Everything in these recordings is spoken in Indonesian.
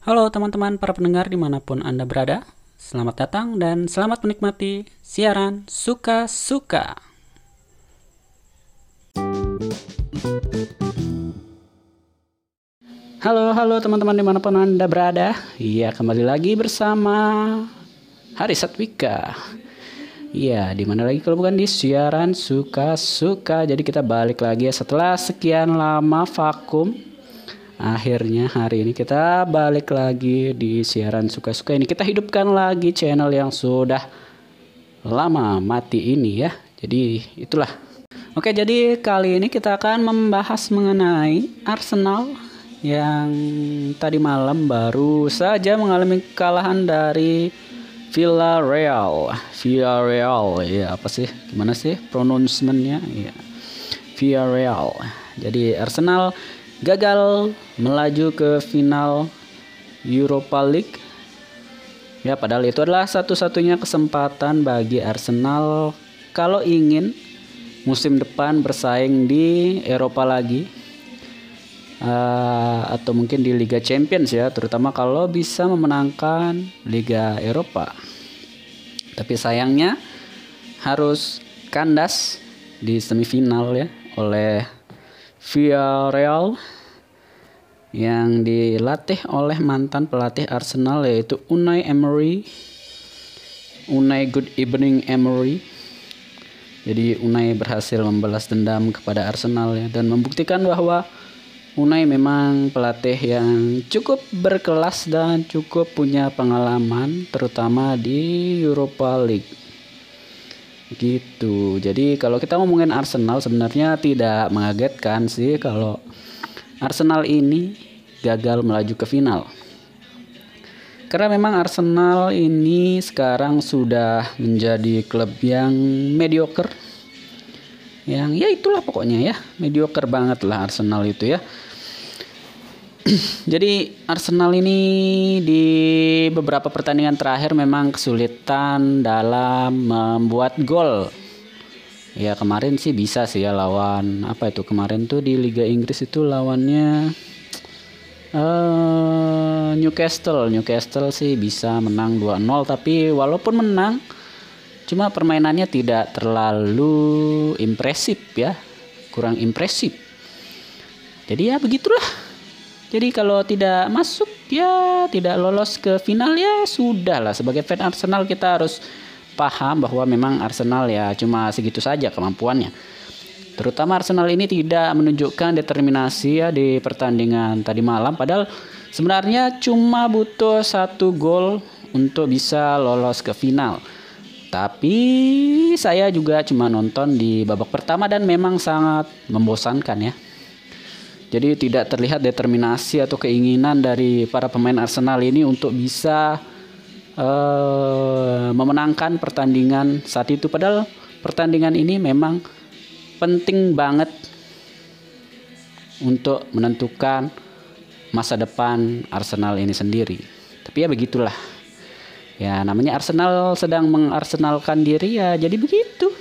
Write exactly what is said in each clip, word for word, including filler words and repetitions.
Halo teman-teman para pendengar dimanapun Anda berada. Selamat datang dan selamat menikmati siaran Suka-Suka. Halo, halo teman-teman dimanapun Anda berada. Iya, kembali lagi bersama Hari Satwika. Iya, dimana lagi kalau bukan di siaran Suka-Suka. Jadi kita balik lagi ya setelah sekian lama vakum. Akhirnya hari ini kita balik lagi di siaran Suka-Suka ini. Kita hidupkan lagi channel yang sudah lama mati ini ya. Jadi itulah. Oke, jadi kali ini kita akan membahas mengenai Arsenal yang tadi malam baru saja mengalami kekalahan dari Villarreal. Villarreal ya, apa sih? Gimana sih pronunciation-nya? Ya. Villarreal. Jadi Arsenal gagal melaju ke final Europa League. Ya, padahal itu adalah satu-satunya kesempatan bagi Arsenal kalau ingin musim depan bersaing di Eropa lagi. Uh, atau mungkin di Liga Champions ya, terutama kalau bisa memenangkan Liga Eropa. Tapi sayangnya harus kandas di semifinal ya oleh Villarreal yang dilatih oleh mantan pelatih Arsenal yaitu Unai Emery. Unai Good Evening Emery. Jadi Unai berhasil membalas dendam kepada Arsenal ya, dan membuktikan bahwa Unai memang pelatih yang cukup berkelas dan cukup punya pengalaman terutama di Europa League. Gitu. Jadi kalau kita ngomongin Arsenal sebenarnya tidak mengagetkan sih kalau Arsenal ini gagal melaju ke final. Karena memang Arsenal ini sekarang sudah menjadi klub yang mediocre. Yang ya itulah pokoknya ya, mediocre banget lah Arsenal itu ya. Jadi Arsenal ini di beberapa pertandingan terakhir memang kesulitan dalam membuat gol. Ya kemarin sih bisa sih ya lawan apa itu kemarin tuh di Liga Inggris itu lawannya uh, Newcastle. Newcastle sih bisa menang dua nol, tapi walaupun menang cuma permainannya tidak terlalu impresif ya, kurang impresif. Jadi ya begitulah. Jadi kalau tidak masuk ya tidak lolos ke final ya sudah lah. Sebagai fan Arsenal kita harus paham bahwa memang Arsenal ya cuma segitu saja kemampuannya. Terutama Arsenal ini tidak menunjukkan determinasi ya di pertandingan tadi malam. Padahal sebenarnya cuma butuh satu gol untuk bisa lolos ke final. Tapi saya juga cuma nonton di babak pertama dan memang sangat membosankan ya. Jadi tidak terlihat determinasi atau keinginan dari para pemain Arsenal ini untuk bisa uh, memenangkan pertandingan saat itu. Padahal pertandingan ini memang penting banget untuk menentukan masa depan Arsenal ini sendiri. Tapi ya begitulah. Ya namanya Arsenal sedang mengarsenalkan diri ya jadi begitu.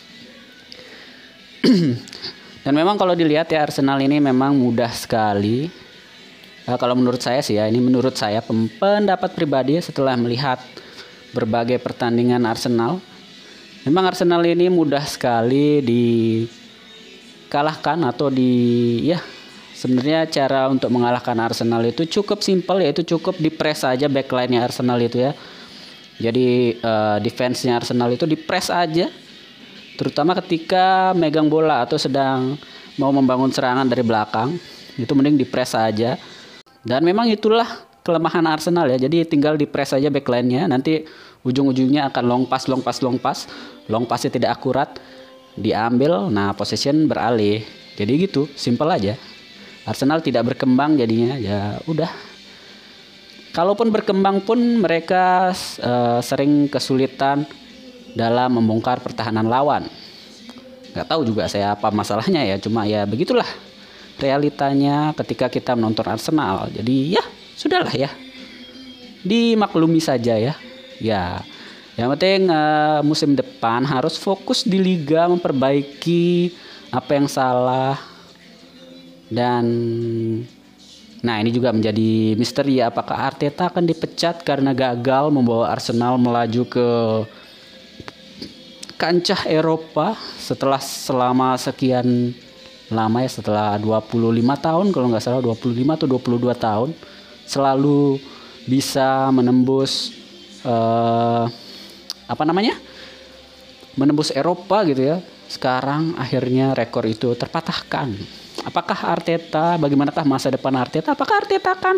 Dan memang kalau dilihat ya Arsenal ini memang mudah sekali. Nah, kalau menurut saya sih ya, ini menurut saya pendapat pribadi setelah melihat berbagai pertandingan Arsenal. Memang Arsenal ini mudah sekali dikalahkan atau di ya sebenarnya cara untuk mengalahkan Arsenal itu cukup simpel, yaitu cukup di press aja backline-nya Arsenal itu ya. Jadi uh, defense-nya Arsenal itu di press aja. Terutama ketika megang bola atau sedang mau membangun serangan dari belakang, itu mending di press aja. Dan memang itulah kelemahan Arsenal ya. Jadi tinggal di press aja backline-nya, nanti ujung-ujungnya akan long pass, long pass, long pass. Long pass-nya tidak akurat, diambil, nah possession beralih. Jadi gitu, simple aja. Arsenal tidak berkembang jadinya, ya udah. Kalaupun berkembang pun mereka uh, sering kesulitan dalam membongkar pertahanan lawan. Gak tahu juga saya apa masalahnya ya, cuma ya begitulah realitanya ketika kita menonton Arsenal. Jadi ya sudahlah ya, dimaklumi saja ya. Ya yang penting uh, musim depan harus fokus di liga, memperbaiki apa yang salah dan Nah, ini juga menjadi misteri, apakah Arteta akan dipecat karena gagal membawa Arsenal melaju ke kancah Eropa setelah selama sekian lama ya, setelah dua puluh lima tahun kalau nggak salah, dua puluh lima atau dua puluh dua tahun selalu bisa menembus uh, apa namanya? menembus Eropa gitu ya. Sekarang akhirnya rekor itu terpatahkan. Apakah Arteta, bagaimanakah masa depan Arteta? Apakah Arteta akan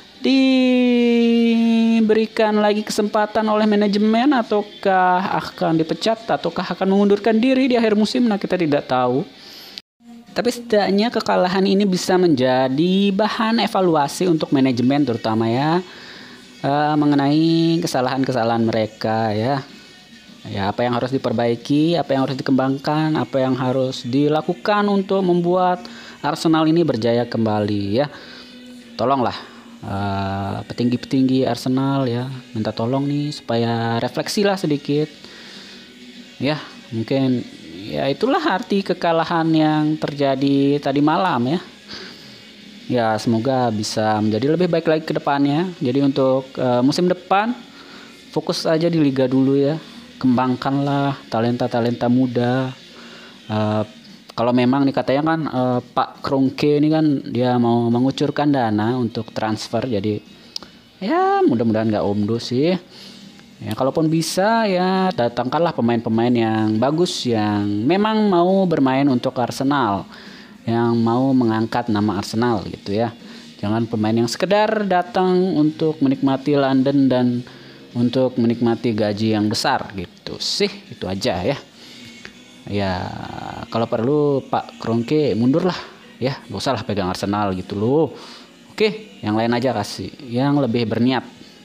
diberikan lagi kesempatan oleh manajemen, ataukah akan dipecat, ataukah akan mengundurkan diri di akhir musim? Nah, kita tidak tahu. Tapi setidaknya kekalahan ini bisa menjadi bahan evaluasi untuk manajemen terutama ya, uh, mengenai kesalahan-kesalahan mereka ya. Ya, apa yang harus diperbaiki, apa yang harus dikembangkan, apa yang harus dilakukan untuk membuat Arsenal ini berjaya kembali ya. Tolonglah uh, petinggi-petinggi Arsenal ya, minta tolong nih supaya refleksilah sedikit. Ya, mungkin ya itulah arti kekalahan yang terjadi tadi malam ya. Ya, semoga bisa menjadi lebih baik lagi ke depannya. Jadi untuk uh, musim depan fokus aja di liga dulu ya. Kembangkanlah talenta-talenta muda. Uh, kalau memang nih katanya kan uh, Pak Kroenke ini kan dia mau mengucurkan dana untuk transfer, jadi ya mudah-mudahan nggak omdo sih. Ya kalaupun bisa ya datangkanlah pemain-pemain yang bagus yang memang mau bermain untuk Arsenal, yang mau mengangkat nama Arsenal gitu ya. Jangan pemain yang sekedar datang untuk menikmati London dan untuk menikmati gaji yang besar gitu sih. Itu aja ya. Ya kalau perlu Pak Kroenke mundur lah ya, gak usah lah pegang Arsenal gitu loh. Oke, yang lain aja kasih yang lebih berniat.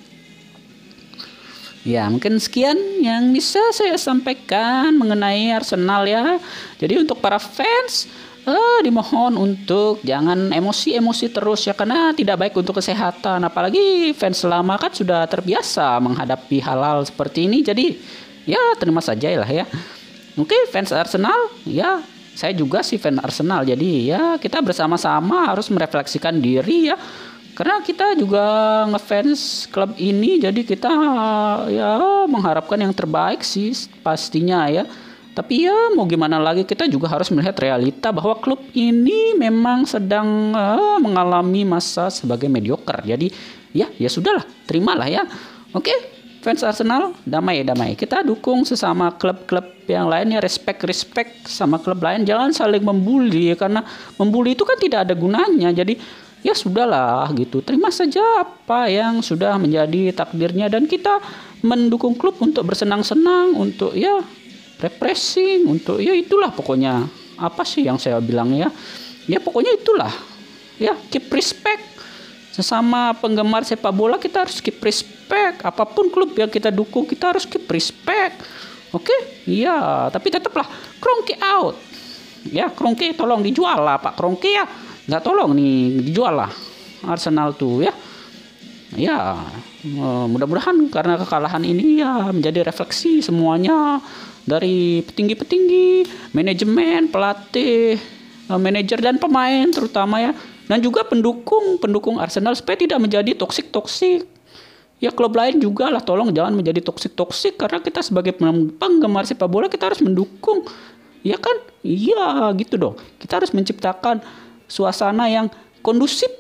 Ya mungkin sekian yang bisa saya sampaikan mengenai Arsenal ya. Jadi untuk para fans Eh, dimohon untuk jangan emosi-emosi terus ya, karena tidak baik untuk kesehatan. Apalagi fans lama kan sudah terbiasa menghadapi hal-hal seperti ini. Jadi ya terima saja lah ya. Oke, fans Arsenal ya, saya juga sih fans Arsenal. Jadi ya kita bersama-sama harus merefleksikan diri ya. Karena kita juga ngefans klub ini, jadi kita ya mengharapkan yang terbaik sih pastinya ya. Tapi ya mau gimana lagi, kita juga harus melihat realita bahwa klub ini memang sedang uh, mengalami masa sebagai mediocre. Jadi ya ya sudahlah, terimalah ya. Oke, fans Arsenal, damai-damai. Kita dukung sesama klub-klub yang lainnya, respect-respect sama klub lain. Jangan saling membuli, karena membuli itu kan tidak ada gunanya. Jadi ya sudahlah gitu. Terima saja apa yang sudah menjadi takdirnya, dan kita mendukung klub untuk bersenang-senang, untuk ya refreshing, untuk ya itulah pokoknya. Apa sih yang saya bilang ya? Ya pokoknya itulah. Ya keep respect. Sesama penggemar sepak bola kita harus keep respect. Apapun klub yang kita dukung kita harus keep respect. Oke? Iya, tapi tetaplah Kroenke out. Ya Kroenke tolong dijual lah Pak Kroenke ya. Nggak tolong nih dijual lah Arsenal tuh ya. Ya mudah-mudahan karena kekalahan ini ya menjadi refleksi semuanya, dari petinggi-petinggi, manajemen, pelatih, manajer dan pemain terutama ya, dan juga pendukung pendukung Arsenal supaya tidak menjadi toksik-toksik. Ya klub lain juga lah, tolong jangan menjadi toksik-toksik, karena kita sebagai penggemar sepak bola kita harus mendukung. Ya kan? Iya gitu dong. Kita harus menciptakan suasana yang kondusif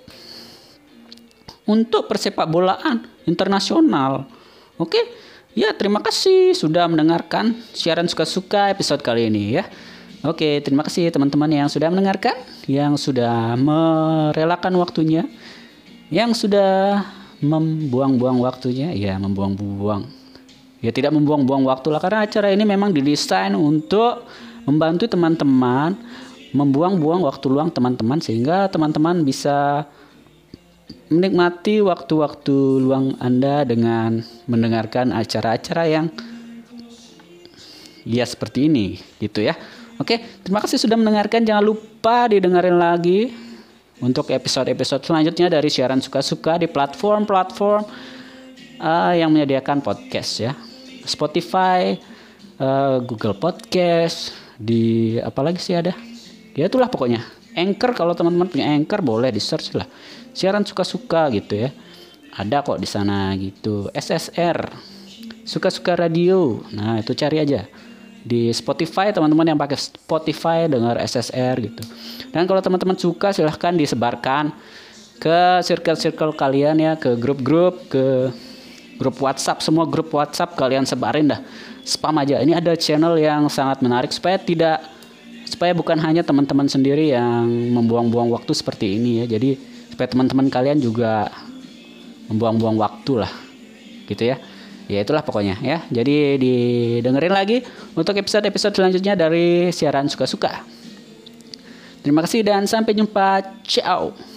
untuk persepak bolaan internasional. Oke? Ya, terima kasih sudah mendengarkan siaran suka-suka episode kali ini ya. Oke, terima kasih teman-teman yang sudah mendengarkan, yang sudah merelakan waktunya, yang sudah membuang-buang waktunya, ya membuang-buang. Ya tidak membuang-buang waktu lah, karena acara ini memang didesain untuk membantu teman-teman membuang-buang waktu luang teman-teman, sehingga teman-teman bisa menikmati waktu-waktu luang Anda dengan mendengarkan acara-acara yang ya seperti ini gitu ya. Oke, terima kasih sudah mendengarkan. Jangan lupa didengarin lagi untuk episode-episode selanjutnya dari siaran suka-suka di platform-platform uh, yang menyediakan podcast ya. Spotify, uh, Google Podcast, di apa lagi sih ada? Ya itulah pokoknya. Anchor, kalau teman-teman punya Anchor boleh di search lah. siaran suka-suka gitu ya. Ada kok di sana gitu. S S R, suka-suka radio. Nah, itu cari aja di Spotify, teman-teman yang pakai Spotify dengar S S R gitu. Dan kalau teman-teman suka silahkan disebarkan ke circle-circle kalian ya, ke grup-grup, ke grup WhatsApp, semua grup WhatsApp kalian sebarin dah. Spam aja. Ini ada channel yang sangat menarik supaya tidak supaya bukan hanya teman-teman sendiri yang membuang-buang waktu seperti ini ya. Jadi supaya teman-teman kalian juga membuang-buang waktu lah gitu ya. Ya itulah pokoknya ya. Jadi didengerin lagi untuk episode-episode selanjutnya dari siaran suka-suka. Terima kasih dan sampai jumpa. Ciao.